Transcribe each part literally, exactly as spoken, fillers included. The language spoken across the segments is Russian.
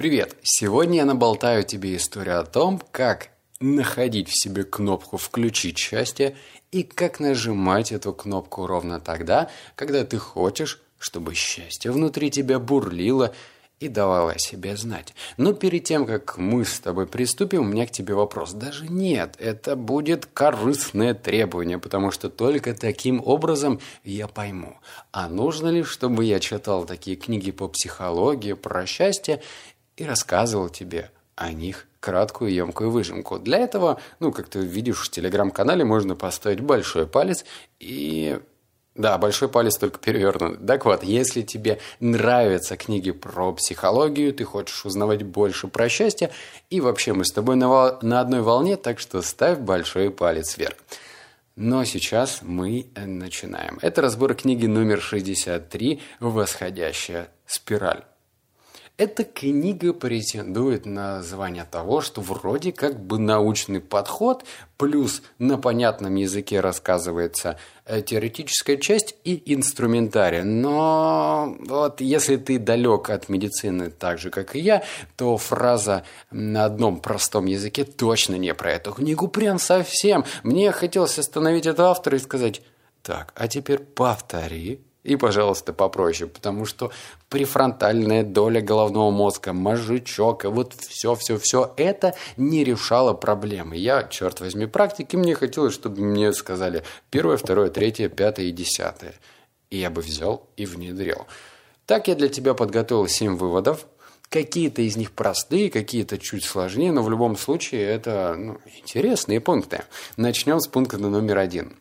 Привет! Сегодня я наболтаю тебе историю о том, как находить в себе кнопку «Включить счастье» и как нажимать эту кнопку ровно тогда, когда ты хочешь, чтобы счастье внутри тебя бурлило и давало о себе знать. Но перед тем, как мы с тобой приступим, у меня к тебе вопрос. Даже нет, это будет корыстное требование, потому что только таким образом я пойму, а нужно ли, чтобы я читал такие книги по психологии, про счастье и рассказывал тебе о них краткую и емкую выжимку. Для этого, ну, как ты видишь в телеграм-канале, можно поставить большой палец и... Да, большой палец только перевернут. Так вот, если тебе нравятся книги про психологию, ты хочешь узнавать больше про счастье, и вообще мы с тобой на, вол... на одной волне, так что ставь большой палец вверх. Но сейчас мы начинаем. Это разбор книги номер шестьдесят три «Восходящая спираль». Эта книга претендует на звание того, что вроде как бы научный подход, плюс на понятном языке рассказывается теоретическая часть и инструментарий. Но вот если ты далек от медицины так же, как и я, то фраза на одном простом языке точно не про эту книгу, прям совсем. Мне хотелось остановить этого автора и сказать: так, а теперь повтори. И, пожалуйста, попроще, потому что префронтальная доля головного мозга, мозжечок, и вот все-все-все это не решало проблемы. Я, черт возьми, практик, и мне хотелось, чтобы мне сказали первое, второе, третье, пятое и десятое. И я бы взял и внедрил. Так я для тебя подготовил семь выводов. Какие-то из них простые, какие-то чуть сложнее, но в любом случае это ну, интересные пункты. Начнем с пункта номер один.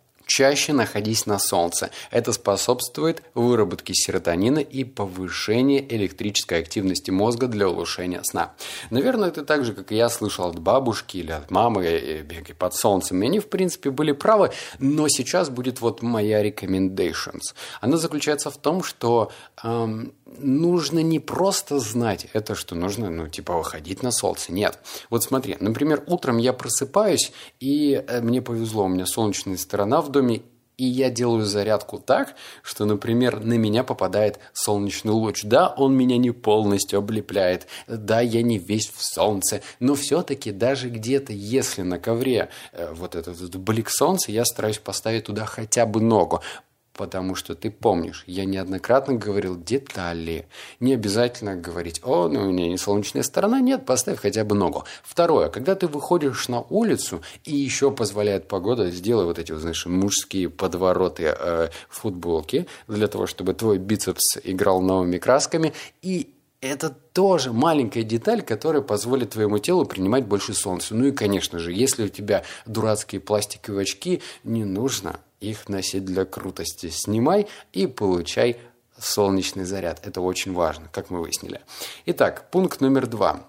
Чаще находись на солнце. Это способствует выработке серотонина и повышению электрической активности мозга для улучшения сна. Наверное, ты так же, как и я, слышал от бабушки или от мамы «бегай под солнцем». И они, в принципе, были правы, но сейчас будет вот моя recommendations. Она заключается в том, что эм, нужно не просто знать это, что нужно, ну, типа, выходить на солнце. Нет. Вот смотри, например, утром я просыпаюсь, и э, мне повезло, у меня солнечная сторона в доме, и я делаю зарядку так, что, например, на меня попадает солнечный луч. Да, он меня не полностью облепляет, да, я не весь в солнце, но все-таки даже где-то, если на ковре э, вот этот, этот блик солнца, я стараюсь поставить туда хотя бы ногу. Потому что ты помнишь, я неоднократно говорил детали. Не обязательно говорить: о, ну у меня не солнечная сторона. Нет, поставь хотя бы ногу. Второе, когда ты выходишь на улицу, и еще позволяет погода, сделай вот эти, знаешь, мужские подвороты э, в футболке, для того, чтобы твой бицепс играл новыми красками. И это тоже маленькая деталь, которая позволит твоему телу принимать больше солнца. Ну и, конечно же, если у тебя дурацкие пластиковые очки, не нужно их носить для крутости. Снимай и получай солнечный заряд. Это очень важно, как мы выяснили. Итак, пункт номер два.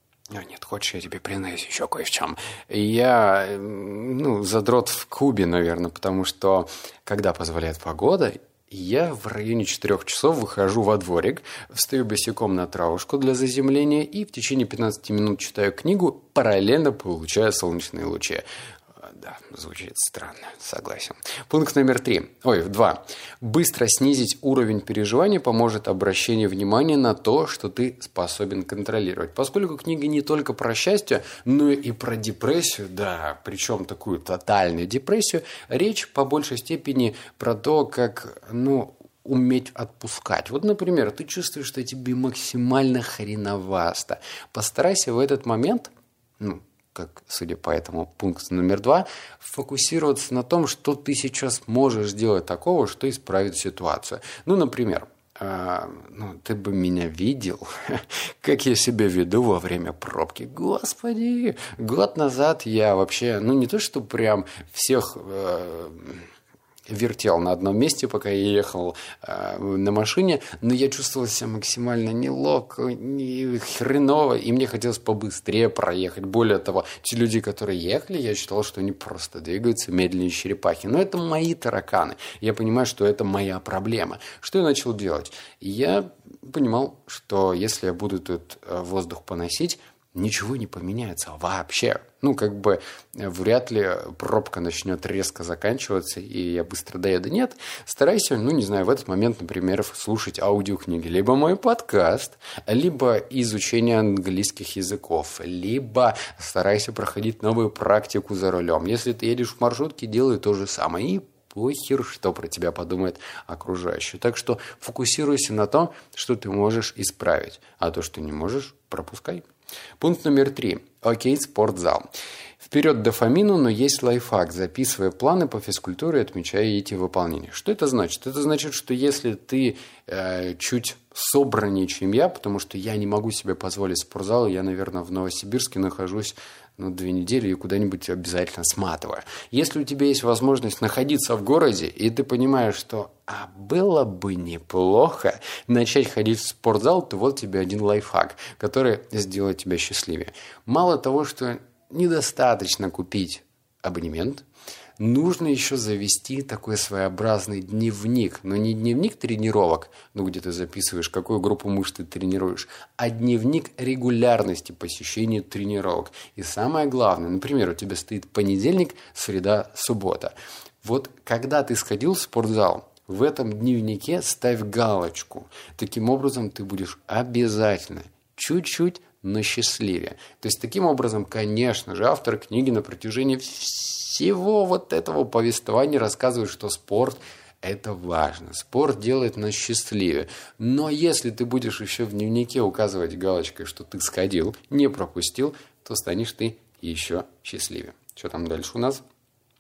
А нет, хочешь, я тебе признаюсь еще кое в чем. Я, ну, задрот в кубе, наверное, потому что, когда позволяет погода, я в районе четырех часов выхожу во дворик, встаю босиком на травушку для заземления и в течение пятнадцати минут читаю книгу, параллельно получая солнечные лучи. Да, звучит странно, согласен. Пункт номер три. Ой, два. Быстро снизить уровень переживаний поможет обращение внимания на то, что ты способен контролировать. Поскольку книга не только про счастье, но и про депрессию, да, причем такую тотальную депрессию, речь по большей степени про то, как, ну, уметь отпускать. Вот, например, ты чувствуешь, что тебе максимально хреновасто. Постарайся в этот момент, ну, как, судя по этому пункту номер два, фокусироваться на том, что ты сейчас можешь сделать такого, что исправит ситуацию. Ну, например, э, ну, ты бы меня видел, как я себя веду во время пробки. Господи, год назад я вообще, ну, не то, что прям всех... Э, вертел на одном месте, пока я ехал э, на машине, но я чувствовал себя максимально неловко, не хреново, и мне хотелось побыстрее проехать. Более того, те люди, которые ехали, я считал, что они просто двигаются медленнее черепахи. Но это мои тараканы. Я понимаю, что это моя проблема. Что я начал делать? Я понимал, что если я буду тут воздух поносить, ничего не поменяется вообще. Ну, как бы вряд ли пробка начнет резко заканчиваться, и я быстро доеду. Нет, старайся, ну, не знаю, в этот момент, например, слушать аудиокниги. Либо мой подкаст, либо изучение английских языков, либо старайся проходить новую практику за рулем. Если ты едешь в маршрутке, делай то же самое. И похер, что про тебя подумают окружающие. Так что фокусируйся на том, что ты можешь исправить, а то, что не можешь, пропускай. Пункт номер три. Окей, спортзал. Вперед дофамину, но есть лайфхак. Записывай планы по физкультуре и отмечай эти выполнения. Что это значит? Это значит, что если ты э, чуть собраннее, чем я, потому что я не могу себе позволить спортзал, я, наверное, в Новосибирске нахожусь ну, две недели и куда-нибудь обязательно сматываю. Если у тебя есть возможность находиться в городе, и ты понимаешь, что а было бы неплохо начать ходить в спортзал, то вот тебе один лайфхак, который сделает тебя счастливее. Мало того, что недостаточно купить абонемент, нужно еще завести такой своеобразный дневник. Но не дневник тренировок, ну, где ты записываешь, какую группу мышц ты тренируешь, а дневник регулярности посещения тренировок. И самое главное, например, у тебя стоит понедельник, среда, суббота. Вот когда ты сходил в спортзал, в этом дневнике ставь галочку. Таким образом, ты будешь обязательно чуть-чуть, но счастливее. То есть, таким образом, конечно же, автор книги на протяжении всего вот этого повествования рассказывает, что спорт – это важно. Спорт делает нас счастливее. Но если ты будешь еще в дневнике указывать галочкой, что ты сходил, не пропустил, то станешь ты еще счастливее. Что там дальше у нас?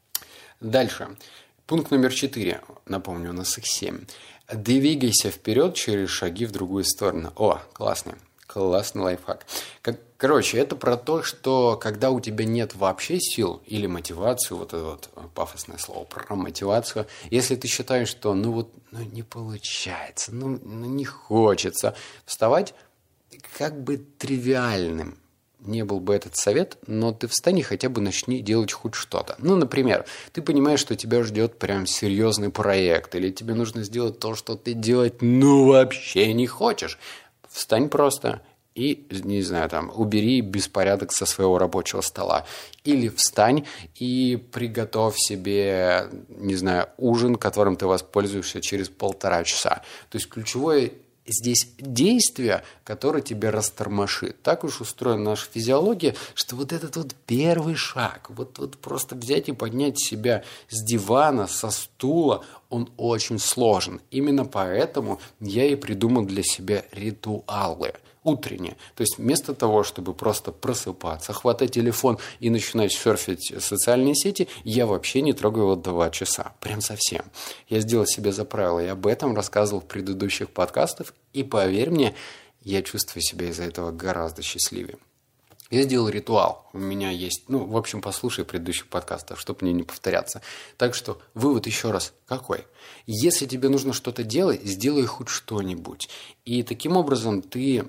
Дальше. Пункт номер четыре. Напомню, у нас их семь. Двигайся вперед через шаги в другую сторону. О, классный. Классный лайфхак. Как, короче, это про то, что когда у тебя нет вообще сил или мотивации, вот это вот пафосное слово про мотивацию, если ты считаешь, что ну вот ну не получается, ну, ну не хочется вставать, как бы тривиальным не был бы этот совет, но ты встань и хотя бы начни делать хоть что-то. Ну, например, ты понимаешь, что тебя ждет прям серьезный проект, или тебе нужно сделать то, что ты делать ну вообще не хочешь. Встань просто и, не знаю, там, убери беспорядок со своего рабочего стола. Или встань и приготовь себе, не знаю, ужин, которым ты воспользуешься через полтора часа. То есть ключевое здесь действие, которое тебя растормошит. Так уж устроена наша физиология, что вот этот вот первый шаг, вот, вот просто взять и поднять себя с дивана, со стула, он очень сложен. Именно поэтому я и придумал для себя ритуалы утренние. То есть вместо того, чтобы просто просыпаться, хватать телефон и начинать серфить социальные сети, я вообще не трогаю его два часа. Прям совсем. Я сделал себе за правило. Я об этом рассказывал в предыдущих подкастах. И поверь мне, я чувствую себя из-за этого гораздо счастливее. Я сделал ритуал. У меня есть... Ну, в общем, послушай предыдущих подкастов, чтобы мне не повторяться. Так что вывод еще раз какой? Если тебе нужно что-то делать, сделай хоть что-нибудь. И таким образом ты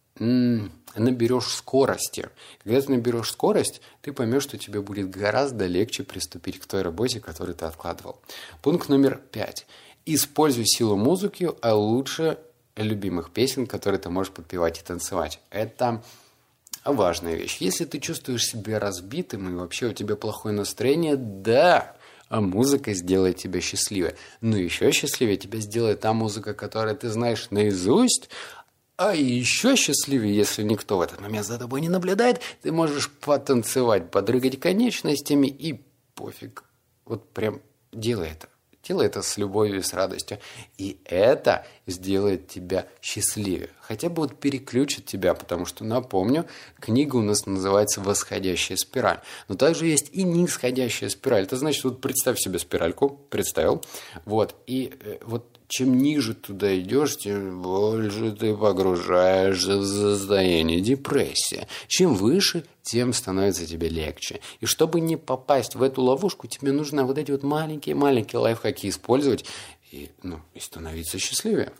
м- наберешь скорости. Когда ты наберешь скорость, ты поймешь, что тебе будет гораздо легче приступить к той работе, которую ты откладывал. Пункт номер пять. Используй силу музыки, а лучше любимых песен, которые ты можешь подпевать и танцевать. Это... важная вещь. Если ты чувствуешь себя разбитым и вообще у тебя плохое настроение, да, а музыка сделает тебя счастливее. Но еще счастливее тебя сделает та музыка, которую ты знаешь наизусть. А еще счастливее, если никто в этот момент за тобой не наблюдает, ты можешь потанцевать, подрыгать конечностями и пофиг. Вот прям делай это. Делай это с любовью и с радостью. И это сделает тебя счастливее. Хотя бы вот переключит тебя, потому что, напомню, книга у нас называется «Восходящая спираль». Но также есть и нисходящая спираль. Это значит, вот представь себе спиральку, представил, вот, и э, вот чем ниже туда идешь, тем больше ты погружаешься в состояние депрессии. Чем выше, тем становится тебе легче. И чтобы не попасть в эту ловушку, тебе нужно вот эти вот маленькие-маленькие лайфхаки использовать и, ну, и становиться счастливее.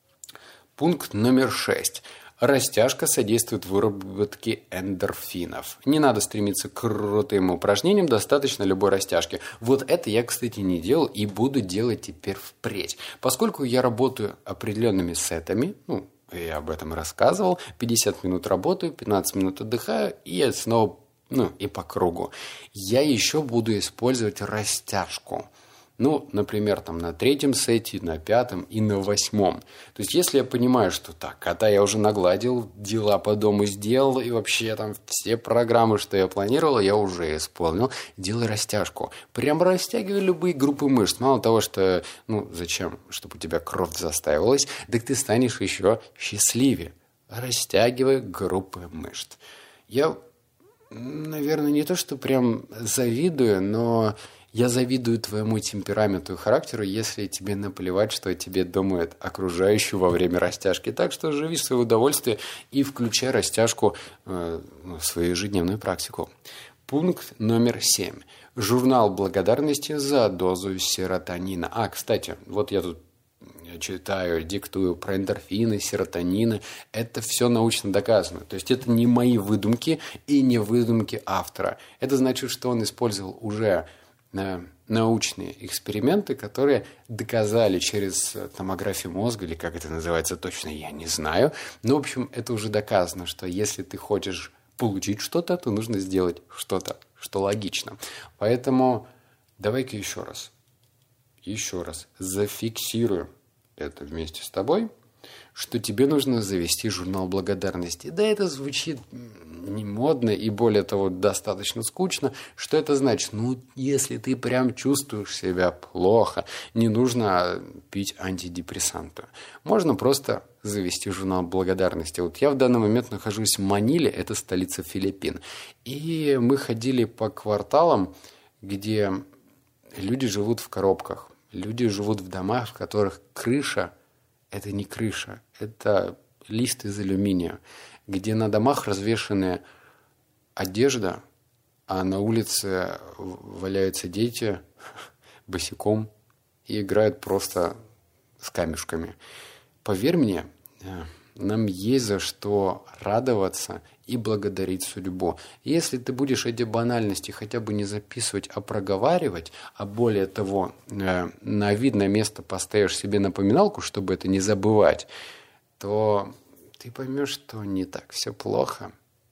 Пункт номер шесть. Растяжка содействует выработке эндорфинов. Не надо стремиться к крутым упражнениям, достаточно любой растяжки. Вот это я, кстати, не делал и буду делать теперь впредь. Поскольку я работаю определенными сетами, ну, я об этом рассказывал. пятьдесят минут работаю, пятнадцать минут отдыхаю, и я снова, ну, и по кругу. Я еще буду использовать растяжку. Ну, например, там на третьем сете, на пятом и на восьмом. То есть, если я понимаю, что так, кота я уже нагладил, дела по дому сделал, и вообще там все программы, что я планировал, я уже исполнил, делай растяжку. Прям растягивай любые группы мышц. Мало того, что, ну, зачем, чтобы у тебя кровь застаивалась, так ты станешь еще счастливее. Растягивай группы мышц. Я, наверное, не то, что прям завидую, но... Я завидую твоему темпераменту и характеру, если тебе наплевать, что о тебе думают окружающие во время растяжки. Так что живи в свое удовольствие и включай растяжку э, в свою ежедневную практику. Пункт номер семь. Журнал благодарности за дозу серотонина. А, кстати, вот я тут читаю, диктую про эндорфины, серотонины. Это все научно доказано. То есть это не мои выдумки и не выдумки автора. Это значит, что он использовал уже... научные эксперименты, которые доказали через томографию мозга, или как это называется точно, я не знаю. Но, в общем, это уже доказано, что если ты хочешь получить что-то, то нужно сделать что-то, что логично. Поэтому давай-ка еще раз, еще раз зафиксируем это вместе с тобой, что тебе нужно завести журнал благодарности. Да, это звучит не модно и, более того, достаточно скучно. Что это значит? Ну, если ты прям чувствуешь себя плохо, не нужно пить антидепрессанты. Можно просто завести журнал благодарности. Вот я в данный момент нахожусь в Маниле, это столица Филиппин. И мы ходили по кварталам, где люди живут в коробках. Люди живут в домах, в которых крыша – это не крыша, это лист из алюминия, где на домах развешаны одежда, а на улице валяются дети босиком и играют просто с камешками. Поверь мне, нам есть за что радоваться и благодарить судьбу. Если ты будешь эти банальности хотя бы не записывать, а проговаривать, а более того, на видное место поставишь себе напоминалку, чтобы это не забывать, то ты поймешь, что не так все плохо,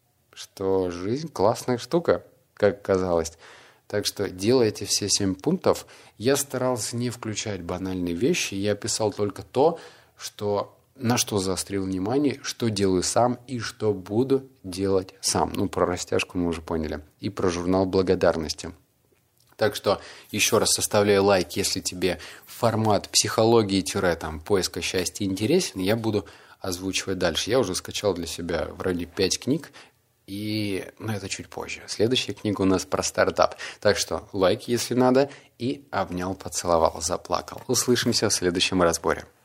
что жизнь классная штука, как казалось. Так что делайте все семь пунктов. Я старался не включать банальные вещи, я писал только то, что... на что заострил внимание, что делаю сам и что буду делать сам. Ну, про растяжку мы уже поняли. И про журнал благодарности. Так что еще раз составляю лайк, если тебе формат психологии-поиска счастья интересен. Я буду озвучивать дальше. Я уже скачал для себя вроде пять книг. И, ну, это чуть позже. Следующая книга у нас про стартап. Так что лайк, если надо. И обнял, поцеловал, заплакал. Услышимся в следующем разборе.